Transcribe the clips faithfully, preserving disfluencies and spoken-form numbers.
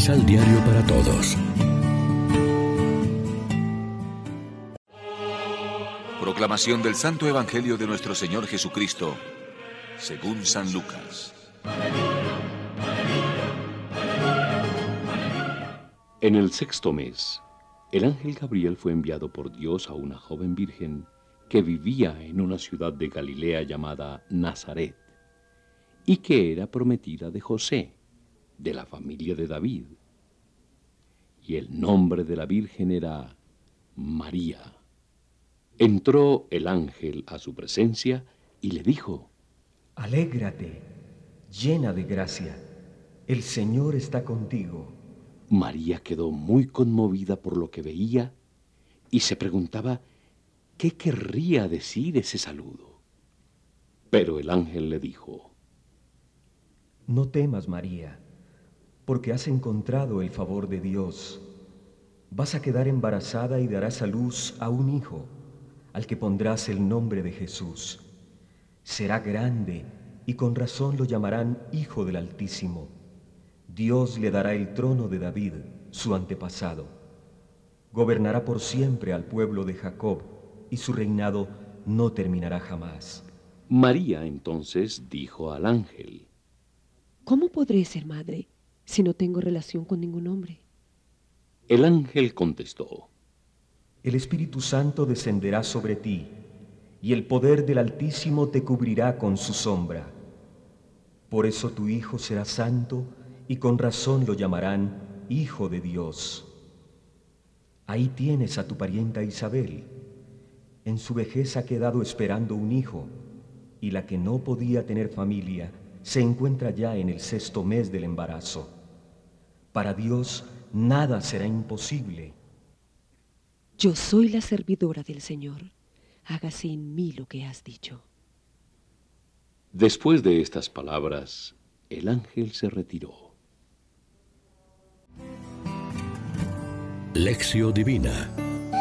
Al Diario para Todos. Proclamación del Santo Evangelio de nuestro Señor Jesucristo, según San Lucas. En el sexto mes, el ángel Gabriel fue enviado por Dios a una joven virgen que vivía en una ciudad de Galilea llamada Nazaret, y que era prometida de José, de la familia de David. Y el nombre de la virgen era María. Entró el ángel a su presencia y le dijo: Alégrate, llena de gracia, el Señor está contigo. María quedó muy conmovida por lo que veía y se preguntaba qué querría decir ese saludo. Pero el ángel le dijo: No temas, María, porque has encontrado el favor de Dios. Vas a quedar embarazada y darás a luz a un hijo, al que pondrás el nombre de Jesús. Será grande y con razón lo llamarán Hijo del Altísimo. Dios le dará el trono de David, su antepasado. Gobernará por siempre al pueblo de Jacob, y su reinado no terminará jamás. María entonces dijo al ángel: ¿Cómo podré ser madre si no tengo relación con ningún hombre? El ángel contestó: El Espíritu Santo descenderá sobre ti, y el poder del Altísimo te cubrirá con su sombra. Por eso tu hijo será santo, y con razón lo llamarán Hijo de Dios. Ahí tienes a tu parienta Isabel. En su vejez ha quedado esperando un hijo, y la que no podía tener familia se encuentra ya en el sexto mes del embarazo. Para Dios nada será imposible. Yo soy la servidora del Señor. Hágase en mí lo que has dicho. Después de estas palabras, el ángel se retiró. Lección Divina.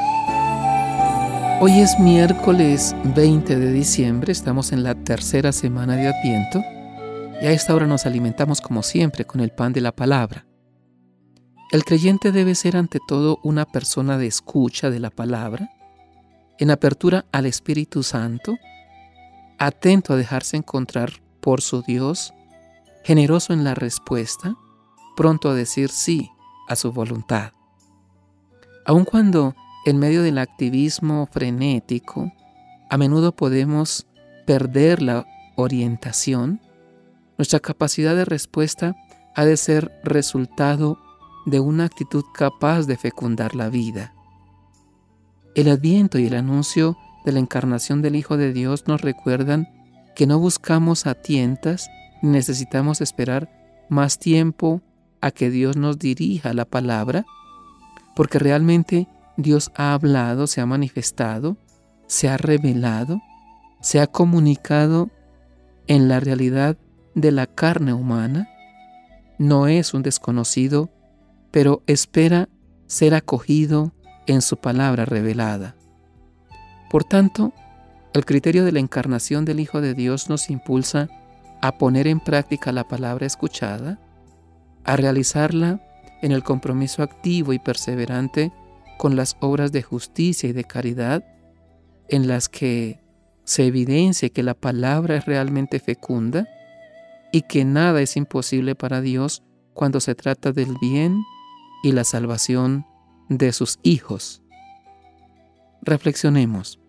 Hoy es miércoles veinte de diciembre, estamos en la tercera semana de Adviento y a esta hora nos alimentamos como siempre con el pan de la palabra. El creyente debe ser ante todo una persona de escucha de la palabra, en apertura al Espíritu Santo, atento a dejarse encontrar por su Dios, generoso en la respuesta, pronto a decir sí a su voluntad. Aun cuando en medio del activismo frenético, a menudo podemos perder la orientación, nuestra capacidad de respuesta ha de ser resultado de una actitud capaz de fecundar la vida. El Adviento y el anuncio de la encarnación del Hijo de Dios nos recuerdan que no buscamos a tientas ni necesitamos esperar más tiempo a que Dios nos dirija la palabra, porque realmente Dios ha hablado, se ha manifestado, se ha revelado, se ha comunicado en la realidad de la carne humana. No es un desconocido, pero espera ser acogido en su palabra revelada. Por tanto, el criterio de la encarnación del Hijo de Dios nos impulsa a poner en práctica la palabra escuchada, a realizarla en el compromiso activo y perseverante con las obras de justicia y de caridad, en las que se evidencia que la palabra es realmente fecunda y que nada es imposible para Dios cuando se trata del bien y la salvación de sus hijos. Reflexionemos.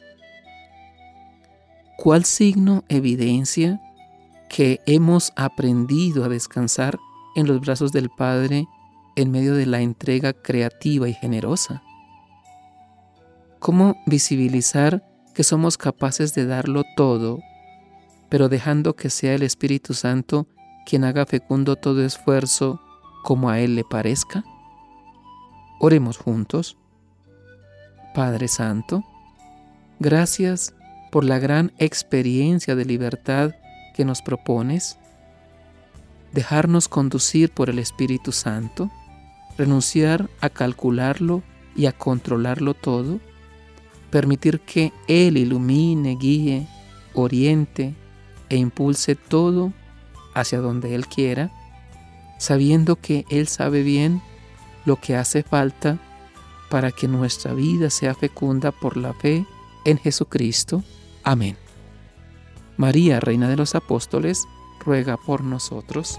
¿Cuál signo evidencia que hemos aprendido a descansar en los brazos del Padre en medio de la entrega creativa y generosa? ¿Cómo visibilizar que somos capaces de darlo todo, pero dejando que sea el Espíritu Santo quien haga fecundo todo esfuerzo como a Él le parezca? Oremos juntos. Padre Santo, gracias por la gran experiencia de libertad que nos propones, dejarnos conducir por el Espíritu Santo, renunciar a calcularlo y a controlarlo todo, permitir que Él ilumine, guíe, oriente e impulse todo hacia donde Él quiera, sabiendo que Él sabe bien lo que hace falta para que nuestra vida sea fecunda por la fe en Jesucristo. Amén. María, Reina de los Apóstoles, ruega por nosotros.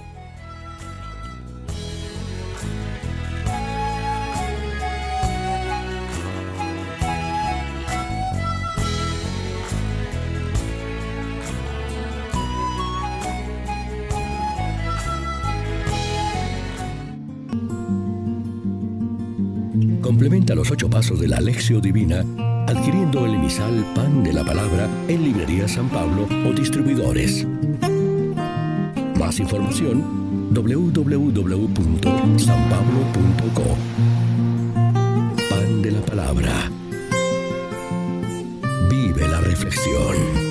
Complementa los ocho pasos de la Alexio Divina adquiriendo el emisal Pan de la Palabra en Librería San Pablo o distribuidores. Más información doble u doble u doble u punto san pablo punto co. Pan de la Palabra. Vive la reflexión.